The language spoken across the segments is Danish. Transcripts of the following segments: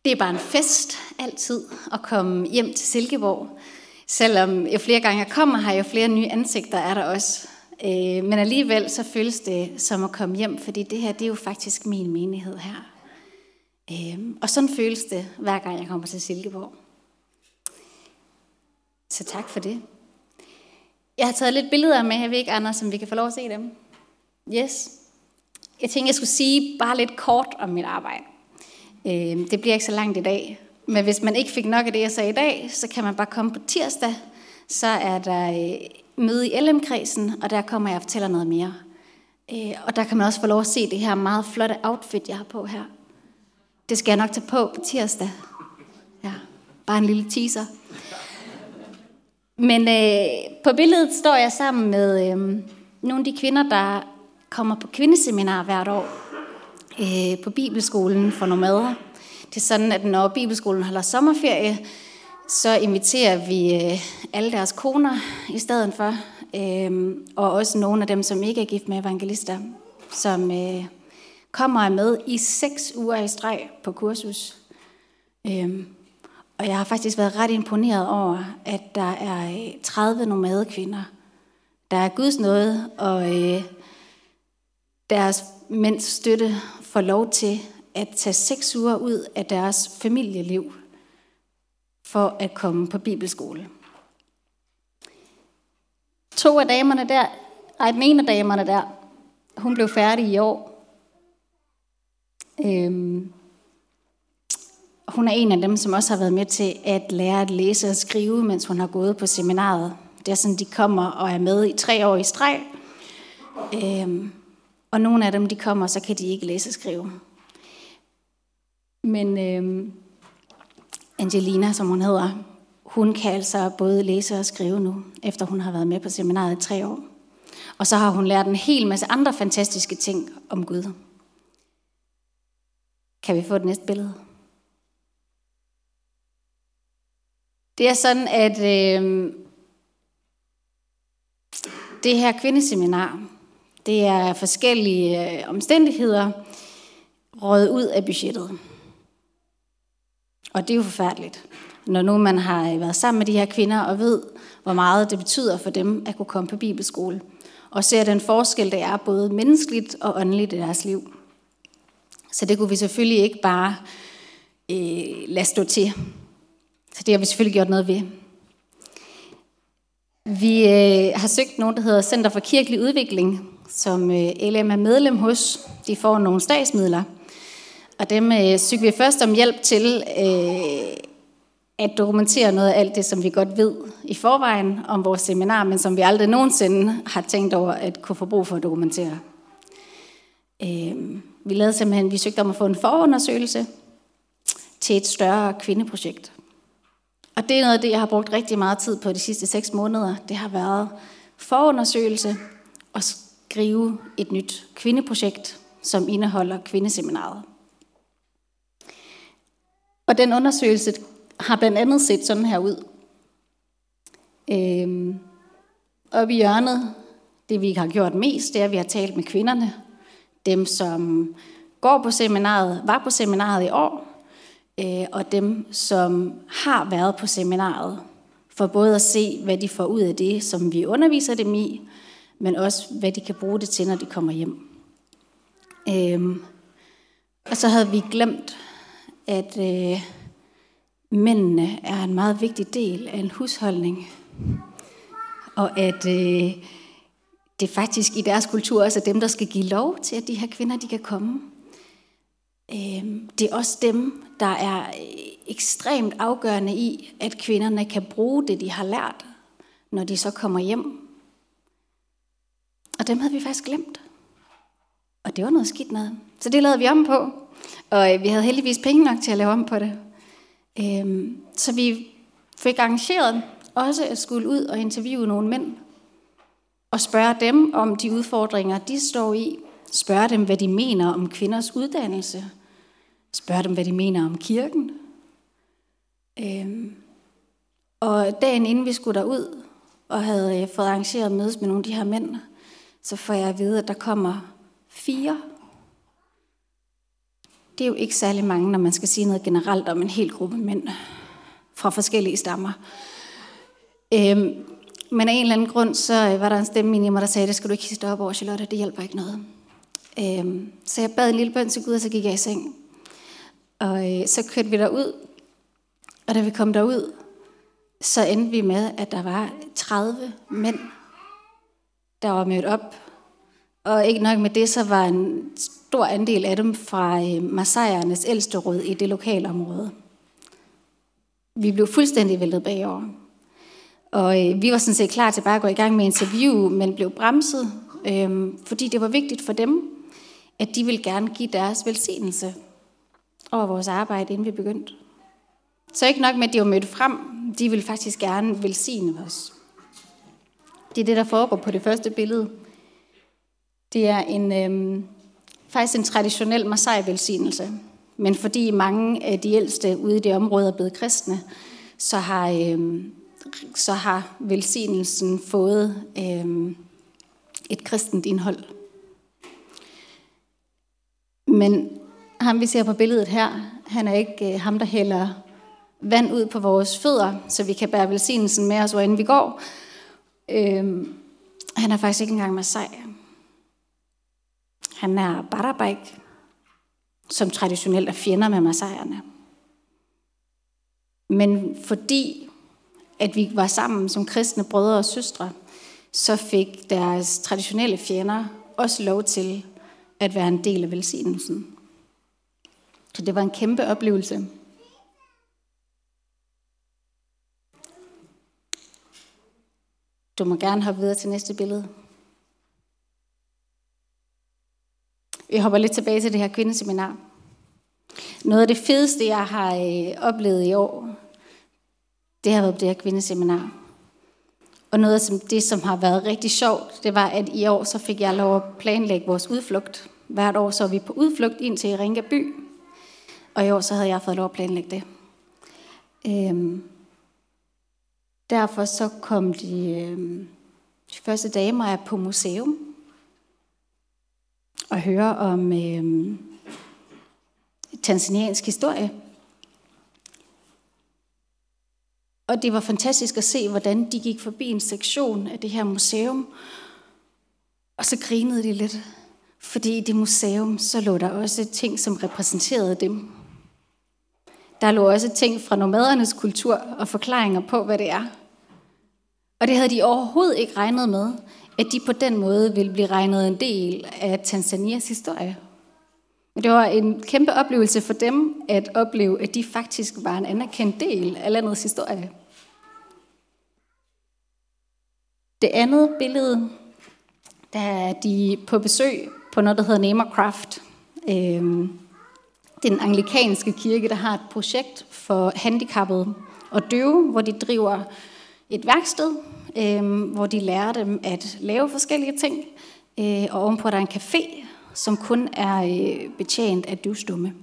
Det er bare en fest altid at komme hjem til Silkeborg. Selvom jo flere gange jeg kommer her, jo flere nye ansigter er der også. Men alligevel så føles det som at komme hjem, fordi det her det er jo faktisk min menighed her. Og sådan føles det hver gang jeg kommer til Silkeborg. Så tak for det. Jeg har taget lidt billeder med, jeg ved ikke, Anders, om vi kan få lov at se dem. Yes. Jeg tænkte, jeg skulle sige bare lidt kort om mit arbejde. Det bliver ikke så langt i dag. Men hvis man ikke fik nok af det, jeg sagde i dag, så kan man bare komme på tirsdag. Så er der møde i LM-kredsen, og der kommer jeg og fortæller noget mere. Og der kan man også få lov at se det her meget flotte outfit, jeg har på her. Det skal jeg nok tage på tirsdag. Ja, bare en lille teaser. Men på billedet står jeg sammen med nogle af de kvinder, der kommer på kvindeseminar hvert år på Bibelskolen for Nomader. Det er sådan, at når Bibelskolen holder sommerferie, så inviterer vi alle deres koner i stedet for, og også nogle af dem, som ikke er gift med evangelister, som kommer og er med i 6 uger i streg på kursus. Og jeg har faktisk været ret imponeret over, at der er 30 nomadekvinder, der er Guds nåde, og deres mænds støtte får lov til at tage 6 uger ud af deres familieliv for at komme på bibelskole. Den ene af damerne der, hun blev færdig i år. Hun er en af dem, som også har været med til at lære at læse og skrive, mens hun har gået på seminaret. Det er sådan, de kommer og er med i 3 år i streg. Og nogle af dem, de kommer, så kan de ikke læse og skrive. Men Angelina, som hun hedder, hun kan altså både læse og skrive nu, efter hun har været med på seminaret i 3 år. Og så har hun lært en hel masse andre fantastiske ting om Gud. Kan vi få det næste billede? Det er sådan, at det her kvindeseminar, det er forskellige omstændigheder røget ud af budgettet. Og det er jo forfærdeligt, når nu man har været sammen med de her kvinder og ved, hvor meget det betyder for dem at kunne komme på bibelskole. Og ser den forskel, der er både menneskeligt og åndeligt i deres liv. Så det kunne vi selvfølgelig ikke bare lade stå til. Så det har vi selvfølgelig gjort noget ved. Vi har søgt nogen, der hedder Center for Kirkelig Udvikling, som LM er medlem hos. De får nogle statsmidler. Og dem søger vi først om hjælp til at dokumentere noget af alt det, som vi godt ved i forvejen om vores seminar, men som vi aldrig nogensinde har tænkt over at kunne få brug for at dokumentere. Vi søgte om at få en forundersøgelse til et større kvindeprojekt. Og det er noget af det, jeg har brugt rigtig meget tid på de sidste 6 måneder. Det har været forundersøgelse og skrive et nyt kvindeprojekt, som indeholder kvindeseminaret. Og den undersøgelse har blandt andet set sådan her ud. Oppe i hjørnet, det vi har gjort mest, det er, at vi har talt med kvinderne. Dem, som går på seminaret, var på seminaret i år, og dem, som har været på seminaret, for både at se, hvad de får ud af det, som vi underviser dem i, men også, hvad de kan bruge det til, når de kommer hjem. Og så havde vi glemt, at mændene er en meget vigtig del af en husholdning, og at det faktisk i deres kultur også er dem, der skal give lov til, at de her kvinder de kan komme. Det er også dem, der er ekstremt afgørende i, at kvinderne kan bruge det, de har lært, når de så kommer hjem. Og dem havde vi faktisk glemt. Og det var noget skidt noget. Så det lavede vi om på. Og vi havde heldigvis penge nok til at lave om på det. Så vi fik arrangeret også at skulle ud og interviewe nogle mænd. Og spørge dem om de udfordringer, de står i. Spørge dem, hvad de mener om kvinders uddannelse. Spørge dem, hvad de mener om kirken. Og dagen inden vi skulle derud og havde fået arrangeret mødes med nogle af de her mænd, så får jeg at vide, at der kommer 4. Det er jo ikke særlig mange, når man skal sige noget generelt om en hel gruppe mænd fra forskellige stammer. Men af en eller anden grund, så var der en stemme inde i mig, der sagde, det skal du ikke hisse op over, Charlotte, det hjælper ikke noget. Så jeg bad en lille bøn til Gud, og så gik jeg i seng. Og så kørte vi derud, og da vi kom derud, så endte vi med, at der var 30 mænd, der var mødt op. Og ikke nok med det, så var en stor andel af dem fra Masaiernes ældste råd i det lokale område. Vi blev fuldstændig væltet bagover. Og vi var sådan set klar til bare at gå i gang med interview, men blev bremset, fordi det var vigtigt for dem, at de ville gerne give deres velsignelse over vores arbejde, inden vi begyndte. Så ikke nok med, at de var mødt frem, de ville faktisk gerne velsigne os. Det er det, der foregår på det første billede. Det er faktisk en traditionel Masai-velsignelse, men fordi mange af de ældste ude i det område er blevet kristne, så har velsignelsen fået et kristent indhold. Men ham, vi ser på billedet her, han er ikke ham, der hælder vand ud på vores fødder, så vi kan bære velsignelsen med os, hvorend vi går. Han er faktisk ikke engang Masai. Han er Barabaik, som traditionelt er fjender med Masaierne. Men fordi at vi var sammen som kristne brødre og søstre, så fik deres traditionelle fjender også lov til at være en del af velsignelsen. Så det var en kæmpe oplevelse. Du må gerne hoppe videre til næste billede. Vi hopper lidt tilbage til det her kvindeseminar. Noget af det fedeste, jeg har oplevet i år, det har været på det her kvindeseminar. Og noget af det, som har været rigtig sjovt, det var, at i år så fik jeg lov at planlægge vores udflugt. Hvert år så var vi på udflugt ind til Ringa by, og i år så havde jeg fået lov at planlægge det. Derfor så kom de første damer på museum og høre om tanzaniansk historie. Og det var fantastisk at se, hvordan de gik forbi en sektion af det her museum, og så grinede de lidt, fordi i det museum, så lå der også ting, som repræsenterede dem. Der lå også ting fra nomadernes kultur og forklaringer på, hvad det er. Og det havde de overhovedet ikke regnet med, at de på den måde ville blive regnet en del af Tanzanias historie. Men det var en kæmpe oplevelse for dem at opleve, at de faktisk var en anerkendt del af landets historie. Det andet billede, der er de på besøg på noget, der hedder Nemakraft. Det er den anglikanske kirke, der har et projekt for handicappede og døve, hvor de driver et værksted, hvor de lærer dem at lave forskellige ting. Og ovenpå der er en café, som kun er betjent af døvstumme.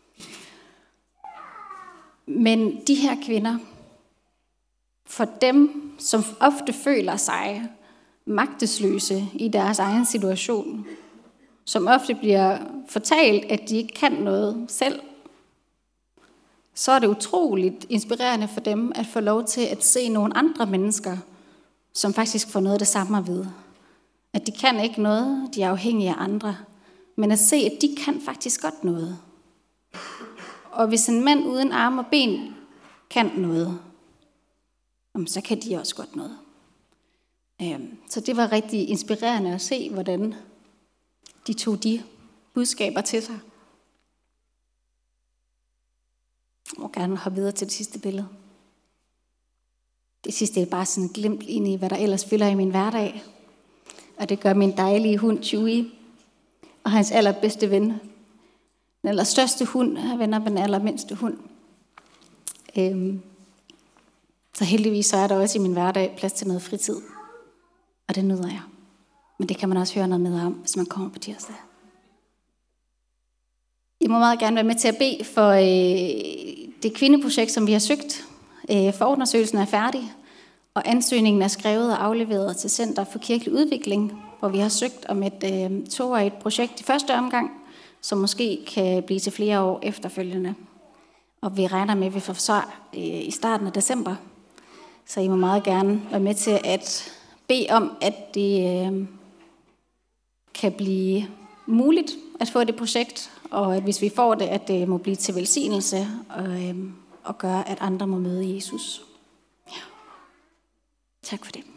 Men de her kvinder, for dem, som ofte føler sig magtesløse i deres egen situation, som ofte bliver fortalt, at de ikke kan noget selv, så er det utroligt inspirerende for dem at få lov til at se nogle andre mennesker, som faktisk får noget af det samme at vide. At de kan ikke noget, de er afhængige af andre, men at se, at de kan faktisk godt noget. Og hvis en mand uden arme og ben kan noget, så kan de også godt noget. Så det var rigtig inspirerende at se, hvordan de tog de budskaber til sig. Jeg må gerne hoppe videre til det sidste billede. Det sidste er bare sådan et glimt ind i, hvad der ellers fylder i min hverdag. Og det gør min dejlige hund Chewie og hans allerbedste ven. Den allerstørste hund er venner med den allermindste hund. Så heldigvis så er der også i min hverdag plads til noget fritid. Og det nyder jeg. Men det kan man også høre noget med om, hvis man kommer på tirsdag. Jeg må meget gerne være med til at bede for det kvindeprojekt, som vi har søgt. Forundersøgelsen er færdig, og ansøgningen er skrevet og afleveret til Center for Kirkelig Udvikling, hvor vi har søgt om et 2-årigt projekt i første omgang, som måske kan blive til flere år efterfølgende. Og vi regner med, at vi får svar i starten af december. Så I må meget gerne være med til at bede om, at det kan blive muligt at få det projekt, og at hvis vi får det, at det må blive til velsignelse og gøre, at andre må møde Jesus. Ja. Tak for det.